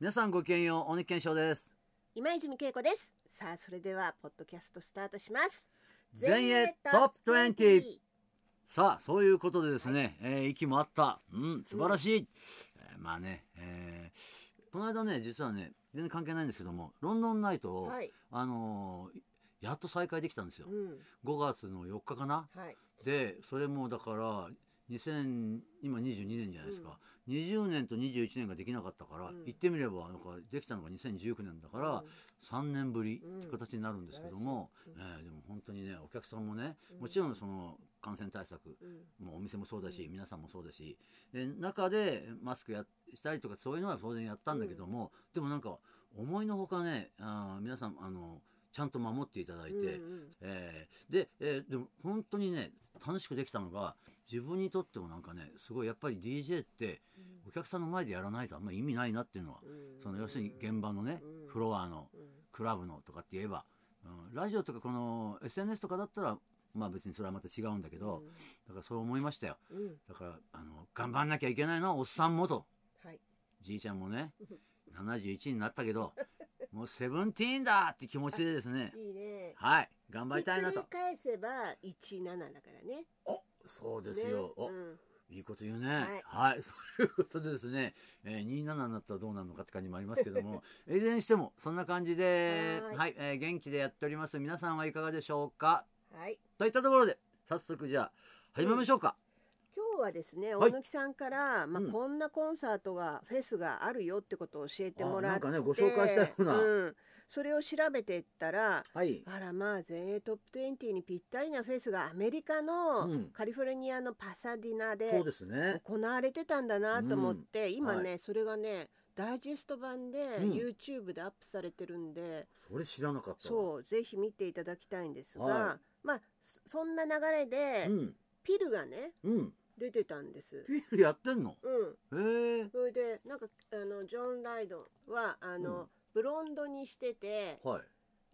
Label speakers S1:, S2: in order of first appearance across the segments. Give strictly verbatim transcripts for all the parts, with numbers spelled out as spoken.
S1: 皆さんごきげんよう、大根健翔です。
S2: 今泉恵子です。さあ、それではポッドキャストスタートします。
S1: 前衛トップにじゅう。さあ、そういうことでですね、はい、えー、息もあった、うん、素晴らしい、うん、えー、まあね、えー、この間ね、実はね、全然関係ないんですけども、ロンドンナイトを、はい、あのー、やっと再開できたんですよ、うん、ごがつのよっかかな、はい、でそれもだからにせん今にじゅうにねんじゃないですか、うん、にじゅうねんとにじゅういちねんができなかったから、うん、言ってみればなんかできたのがにせんじゅうきゅうねんだから、うん、さんねんぶりって形になるんですけども、うんえー、でも本当にね、お客さんもね、もちろんその感染対策、うん、もうお店もそうだし、うん、皆さんもそうだし、で中でマスクやしたりとかそういうのは当然やったんだけども、うん、でもなんか思いのほかね、あ皆さんあのちゃんと守っていただいて、うんうんえー、で、えー、でも本当にね楽しくできたのが、自分にとってもなんかね、すごいやっぱり ディージェー ってお客さんの前でやらないとあんまり意味ないなっていうのは、うん、その要するに現場のね、うん、フロアの、うん、クラブのとかって言えば、うん、ラジオとかこの エスエヌエス とかだったらまあ別にそれはまた違うんだけど、うん、だからそう思いましたよ、うん、だからあの頑張んなきゃいけないのはおっさんもと、はい、じいちゃんもねななじゅういちになったけどもうセブンティーンだって気持ちでですね、
S2: いいね、
S1: はい頑張りたいなと。
S2: ひっくり返せばいちななだからね。
S1: おそうですよ、ね、お、うん、いいこと言うね、はい、はい、そういうことでですね、えー、にじゅうななになったらどうなるのかって感じもありますけどもいずれにしてもそんな感じではい、はいえー、元気でやっております。皆さんはいかがでしょうか。はい、といったところで早速じゃあ始めましょうか、
S2: うん、今日はですね、大貫さんから、まあ、こんなコンサートが、フェスがあるよってことを教えてもらって、なんかねご紹介したような、うん、それを調べていったら、はい、あらまあ全英トップにじゅうにぴったりなフェスがアメリカのカリフォルニアのパサディナで行われてたんだなと思って、うん、今ね、はい、それがねダイジェスト版で YouTube でアップされてるんで、
S1: うん、それ知らなかったわ。
S2: そうぜひ見ていただきたいんですが、はい、まあそんな流れで、うん、ピルがね、うん出てたんです。
S1: ピルやってんの？
S2: うん。へえ。それでなんかあのジョン・ライドンはあの、うん、ブロンドにしてて、はい、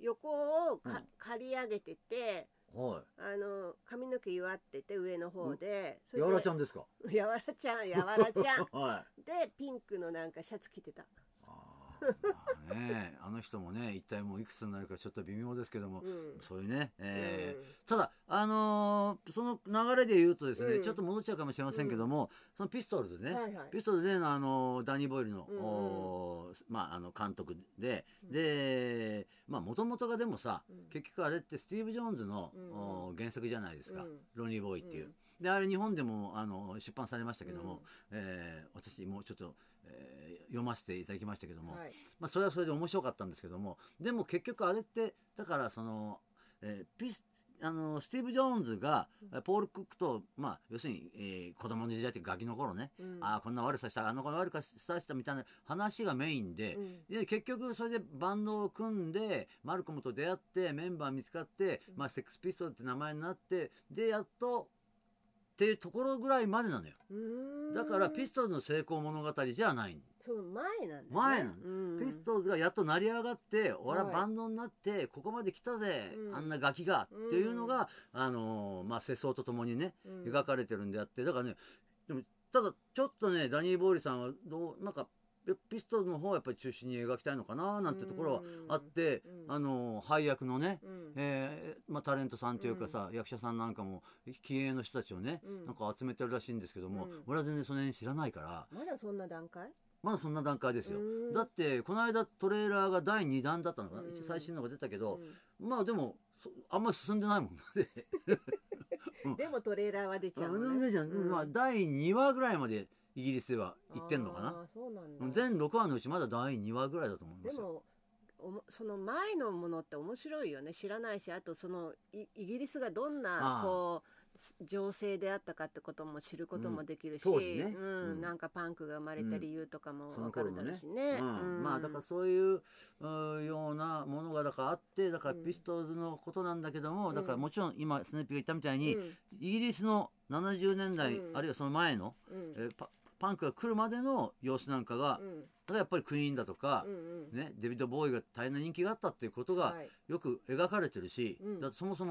S2: 横をか、うん、刈り上げてて、はい、あの髪の毛弱ってて上の方で、
S1: やわらちゃんですか？
S2: やわらちゃん、やわらちゃん、はい、でピンクのなんかシャツ着てた。
S1: まあね、あの人もね一体もういくつになるかちょっと微妙ですけども、うん、そういうね、えーうん、ただあのー、その流れで言うとですね、うん、ちょっと戻っちゃうかもしれませんけども、そのピストルズね、はいはい、ピストルズでの、あのー、ダニー・ボイルの、うんまあ、あの監督で、でまあもともとがでもさ、結局あれってスティーブ・ジョーンズの、原作じゃないですか、ロニー・ボーイっていう。であれ日本でもあの出版されましたけども、うんえー、私もうちょっと、えー、読ませていただきましたけども、はい、まあ、それはそれで面白かったんですけども、でも結局あれってだからその、えー、ピスあのスティーブ・ジョーンズが、うん、ポール・クックと、まあ、要するに、えー、子供の時代ってガキの頃ね、うん、ああこんな悪さしたあの子の悪さしたみたいな話がメインで、うん、で結局それでバンドを組んでマルコムと出会ってメンバー見つかって、うんまあ、セックスピストルって名前になってでやっとっていうところぐらいまでなのよ。だからピストルズの成功物語じゃない。
S2: その前なんだね。
S1: 前なの。ピストルズがやっと成り上がって俺はバンドになってここまで来たぜ、はい、あんなガキがっていうのが、あのー、まあ世相とともにね、うん、描かれてるんであって、だからねでもただちょっとねダニー・ボーリさんはどうなんかピストルズの方はやっぱり中心に描きたいのかななんてところはあって、うん、あの配役のね、うんえーまあ、タレントさんというかさ、うん、役者さんなんかも気鋭の人たちをね、うん、なんか集めてるらしいんですけども、うん、俺は全然その辺知らないから。
S2: まだそんな段階？
S1: まだそんな段階ですよ。だってこの間トレーラーがだいにだんだったのかな、最新のが出たけど、まあでもあんまり進んでないもん
S2: うん、でもトレーラーは出ちゃうのね、
S1: うんまあ、だいにわぐらいまでイギリスでは行ってんのかな。
S2: そうなんだ。
S1: 全ろくわのうちまだだいにわぐらいだと思いますよ。
S2: でもその前のものって面白いよね。知らないし、あとそのイギリスがどんなこう情勢であったかってことも知ることもできるし、うんねうんうん、なんかパンクが生まれた理由とかも分かるだろうしね、
S1: うんうん、まあだからそういうようなものがだからあって、だからピストルズのことなんだけども、うん、だからもちろん今スネーピーが言ったみたいに、うん、イギリスのななじゅうねんだい、うん、あるいはその前の、うんえー、パ, パンクが来るまでの様子なんかが、うん、だからやっぱりクイーンだとか、うんうんね、デビッド・ボーイが大変な人気があったっていうことがよく描かれてるし、うん、だそもそも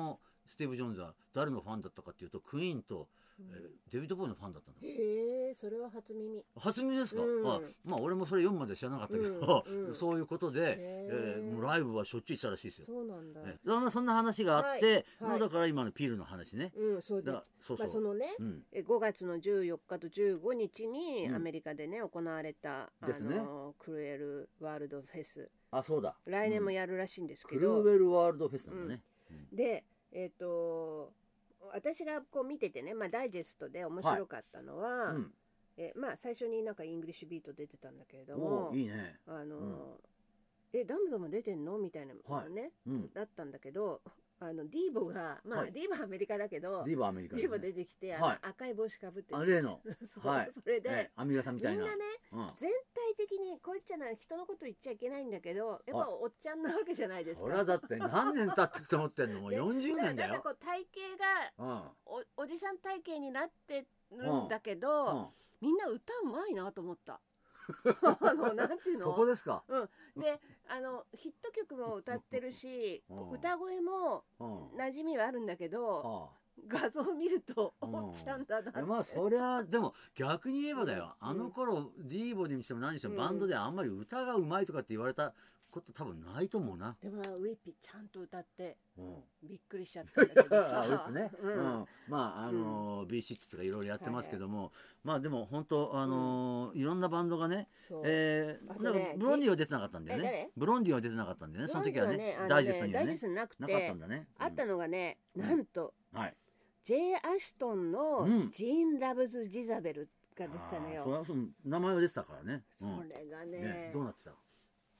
S1: スティーブ・ジョーンズは誰のファンだったかっていうとクイーンと、うんえー、デビッド・ボーイのファンだったんだ。
S2: へえ、それは初耳。
S1: 初耳ですか、うん、あまあ俺もそれ読むまで知らなかったけど、うんうん、そういうことで、えー、もうライブはしょっちゅう行ったらしいですよ。
S2: そうなんだ、
S1: えー、そんな話があって、はいはい、だから今のピールの話ね、
S2: うん、そうだそうそう、まあ、そのね、うん、ごがつのじゅうよっかとじゅうごにちにアメリカでね、うん、行われたあの、ね、クルエルワールドフェス、
S1: あそうだ
S2: 来年もやるらしいんですけど、
S1: うん、クルエルワールドフェスなんだね、
S2: うん、でえっ、ー、と私がこう見ててね、まあ、ダイジェストで面白かったのは、はい、うん、えまあ、最初になんかイングリッシュビート出てたんだけれども、
S1: いいね、
S2: あの、うん、えダムドも出てんのみたいなのね、はい、うん、だったんだけど、あのディーボが、まあ、はい、ディーボはアメリカだけど、
S1: ディーボはアメリカですね、
S2: ディーボ出てきて、はい、赤い帽子かぶって
S1: あ例の
S2: そう、はい、それで、
S1: えー、アミガさんみたいな
S2: みんなね、うん、全体的にこう言っちゃない人のこと言っちゃいけないんだけど、やっぱおっちゃんなわけじゃないですか。
S1: そりゃだって何年経ってると思ってんのもうよんじゅうねんだよ。
S2: だってこう体型が、うん、お, おじさん体型になってるんだけど、うんうん、みんな歌うまいなと思った。あのなんていうの
S1: そこですか、
S2: うん、であのヒット曲も歌ってるし、うん、歌声も馴染みはあるんだけど、うん、画像を見ると、うん、おっちゃんだなって。
S1: まあそりゃでも逆に言えばだよ、うん、あの頃ディーボにしても何にしてもバンドであんまり歌がうまいとかって言われたこと多分ないと思うな。
S2: でもウィッピーちゃんと歌って、うん、びっくりしちゃったんだけどさ
S1: ウィッピーね、うんうん、まああのーうん、ビーシックス とかいろいろやってますけども、はいはい、まあでも本当あのーうん、いろんなバンドがね、えー、なんかブロンディは出てなかったんだよね。ブロンディは出てなかったんだよね、その時はね、ダイジェストにはね
S2: なくて
S1: なかったんだね、
S2: うん、あったのがね、なんと、
S1: うん、はい、
S2: ジェイ・アシュトンのジーン・ラブズ・ジザベルが出てたのよ、
S1: うん、それはその名前は出てたからね、
S2: それがね、
S1: ね、どうなってたの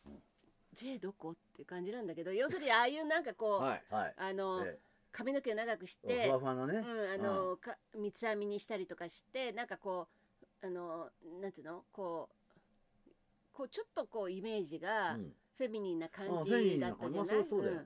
S2: J どこっていう感じなんだけど、要するにああいうなんかこう、はいはい、あの、ええ、髪の毛を長くして
S1: ふわふわのね、
S2: うん、あの、うん、か三つ編みにしたりとかして、なんかこうあのなんていうのこうこうちょっとこうイメージがフェミニンな感じだったじゃない。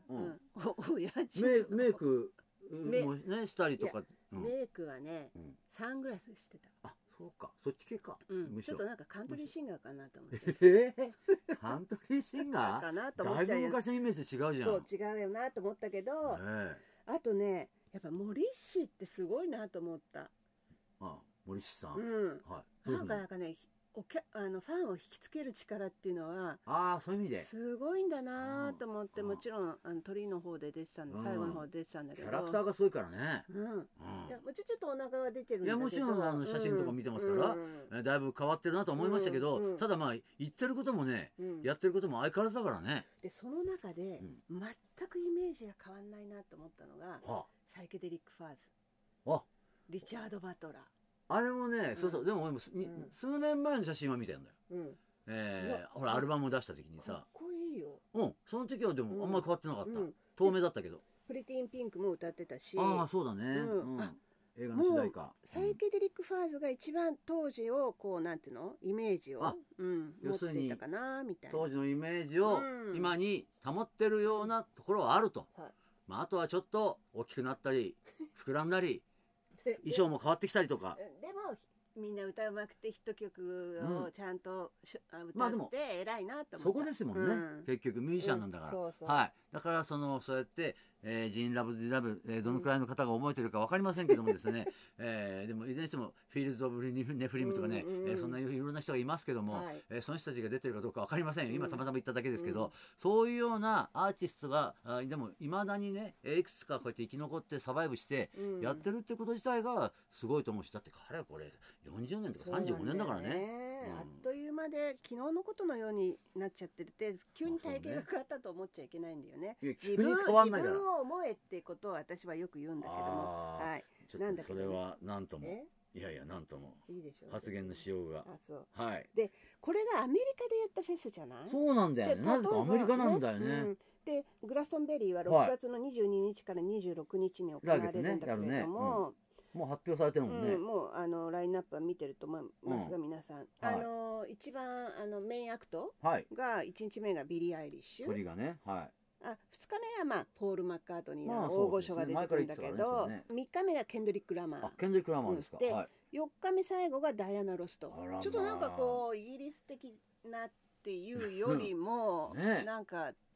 S1: メイクもねしたりとか、
S2: うん、メイクはね、うん、サングラスしてた。
S1: あそうか、そっち系か、
S2: うん、ちょっとなんかカントリーシンガーかなと思って。
S1: えー、カントリーシンガー
S2: かなと思っちゃう。
S1: だいぶ昔のイメージと違うじゃん。
S2: そう違うよなと思ったけど、えー、あとねやっぱモリッシってすごいなと思った。
S1: ああ、モリッシさん、
S2: うん、はい、なんかなんかねおきゃあのファンを引きつける力っていうのは、
S1: ああそういう意味です
S2: ごいんだなと思って、もちろんあの鳥の方で出てたんで、最後の方で出てたんだけど、
S1: キャラクターがすごいからね、
S2: うん、うん、いやもうちょっとお腹は出てるんだけど、
S1: いやもちろんあの写真とか見てますから、うん、だいぶ変わってるなと思いましたけど、うんうん、ただまあ言ってることもね、うん、やってることも相変わらずだからね。
S2: でその中で、うん、全くイメージが変わんないなと思ったのが、はあ、サイケデリック・ファーズ、
S1: あ
S2: リチャード・バトラー、
S1: あれもね、うん、そうそう、でも、うん、数年前の写真は見たんだよ、うん、えー、ほらアルバムを出した時にさ、
S2: かっこいいよ、
S1: うん、その時はでもあんまり変わってなかった、うん、透明だったけど、
S2: プリティーンピンクも歌ってたし、
S1: ああそうだね、うんうん、映画の主題歌、
S2: サイケデリック・ファーズが一番当時をこうなんていうのイメージを、うん、持っていたかなみたいな、
S1: 当時のイメージを今に保ってるようなところはあると、はい、まあ、あとはちょっと大きくなったり膨らんだり衣装も変わってきたりとか、
S2: でもみんな歌うまくてヒット曲をちゃんと、うん、歌って偉いなと思った、
S1: そこですもんね、うん、結局ミュージシャンなんだから、うん、そうそう、はい、だからそのそうやって、えー、ジーン・ラブ・ジ・ラブ、えー、どのくらいの方が覚えてるか分かりませんけどもですね、えー、でもいずれにしてもフィールズ・オブ・ネフリムとかね、うんうんうん、えー、そんないろんな人がいますけども、はい、えー、その人たちが出てるかどうか分かりませんよ、今たまたま言っただけですけど、うん、そういうようなアーティストがあでもいまだにねいくつかこうやって生き残ってサバイブしてやってるってこと自体がすごいと思うし、だって彼はこれよんじゅうねんとかさんじゅうごねんだからね、
S2: うん、あっという間で昨日のことのようになっちゃってるって急に体型が変わったと思っちゃいけないんだよね。
S1: 自分変わんないから、
S2: 自分を思えってことを私はよく言うんだけども、はい、
S1: ちょっとそれは何とも、いやいや何ともいいでしょう発言のしようが、
S2: あそう
S1: はい、
S2: でこれがアメリカでやったフェスじゃない？
S1: そうなんだよね、なぜかアメリカなんだよね、うん、
S2: でグラストンベリーはろくがつのにじゅうににちからにじゅうろくにちに行われるんだけれども、
S1: もう発表されてるもんね、
S2: うん、もうあのラインナップは見てると思いますが、うん、皆さん、はい、あの一番あのメインアクトがいちにちめがビリー・アイリッシュ、
S1: 鳥がね、はい、
S2: あふつかめは、まあ、ポール・マッカートニーの大御所が出てくるんだけど、ねね、みっかめがケンドリック・ラマー、
S1: あケンドリック・ラマーですか、
S2: で、はい、よっかめ最後がダイアナ・ロスト、まあ、ちょっとなんかこうイギリス的なっていうよりも、ね、なんか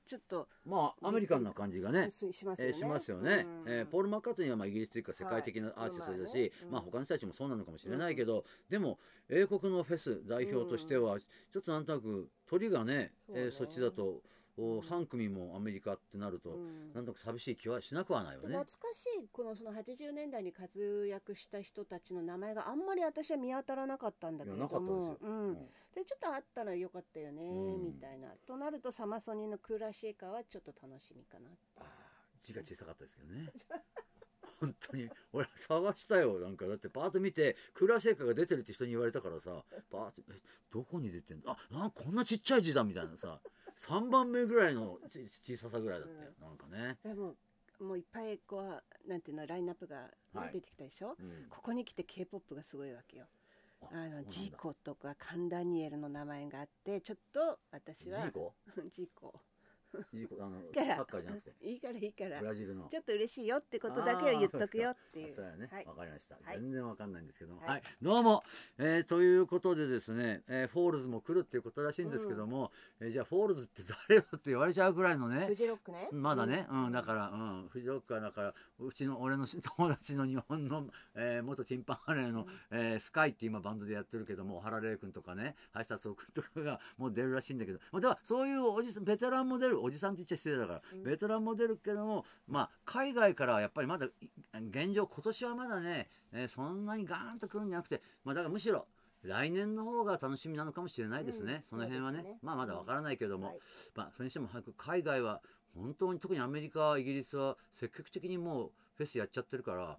S2: ちょっと
S1: まあアメリカンな感じがね
S2: しますよね、
S1: えー、しますよね、うんえー、ポール・マッカートニーはまあイギリスというか世界的なアーティストだし、はいまあねうん、まあ他の人たちもそうなのかもしれないけど、うん、でも英国のフェス代表としてはちょっとなんとなく鳥がね、うんえー、そっちだとさん組もアメリカってなると、うん、なんとか寂しい気はしなくはないよね。
S2: 懐かしいこのそのはちじゅうねんだいに活躍した人たちの名前があんまり私は見当たらなかったんだけれども、
S1: なかったですよ、うん
S2: うん、でちょっとあったらよかったよね、うん、みたいなとなるとサマソニーのクーラーシェイカーはちょっと楽しみかな。
S1: あ字が小さかったですけどね本当に俺探したよ。なんかだってパート見てクーラーシェイカーが出てるって人に言われたからさ、パートえどこに出てんの、あなんかこんなちっちゃい字だみたいなささんばんめぐらいのち小ささぐらいだったよ、うん、なんかね。
S2: でももういっぱいこうなんていうのラインナップが、ねはい、出てきたでしょ、うん、ここに来て K-ポップ がすごいわけよ。あのジーコとかカンダニエルの名前があってちょっと私は
S1: ジーコ
S2: ジーコ
S1: いいあのサッカーじゃなくて
S2: いいからいいから
S1: ブラジルの
S2: ちょっと嬉しいよってことだけを言っとくよっていう。
S1: そうやね、
S2: はい、
S1: わかりました、
S2: はい、
S1: 全然わかんないんですけども、
S2: はい
S1: はい、どうも、えー、ということでですね、えー、フォールズも来るっていうことらしいんですけども、うんえー、じゃあフォールズって誰よって言われちゃうぐらいのね
S2: フジロックね
S1: まだね、うんうん、だから、うん、フジロックはだからうちの俺の友達の日本の、えー、元チンパンハレーの、うんえー、スカイって今バンドでやってるけども原玲君とかね林達夫君とかがもう出るらしいんだけど、だからそういうおじさんベテランも出るおじさんって言っちゃ失礼だから、うん、ベテランも出るけどもまあ海外からはやっぱりまだ現状今年はまだね、えー、そんなにガーンと来るんじゃなくて、まあ、だからむしろ来年の方が楽しみなのかもしれないですね、うん、その辺はね、ねまあまだわからないけども、うんはい、まあそれにしても早く海外は本当に特にアメリカイギリスは積極的にもうフェスやっちゃってるから、うん、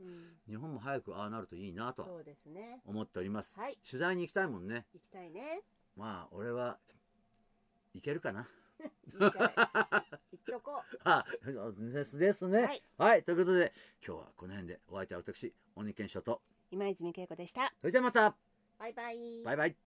S1: 日本も早くああなるといいなと思っております、
S2: はい、
S1: 取材に行きたいもんね。
S2: 行きたいね。
S1: まあ俺は行けるかな
S2: いいから行っとこう
S1: あですですね、はい、はい、ということで今日はこの辺でお相手は私鬼健翔と
S2: 今泉恵子でした。
S1: それじゃあまた
S2: バイバイ
S1: バイバイ。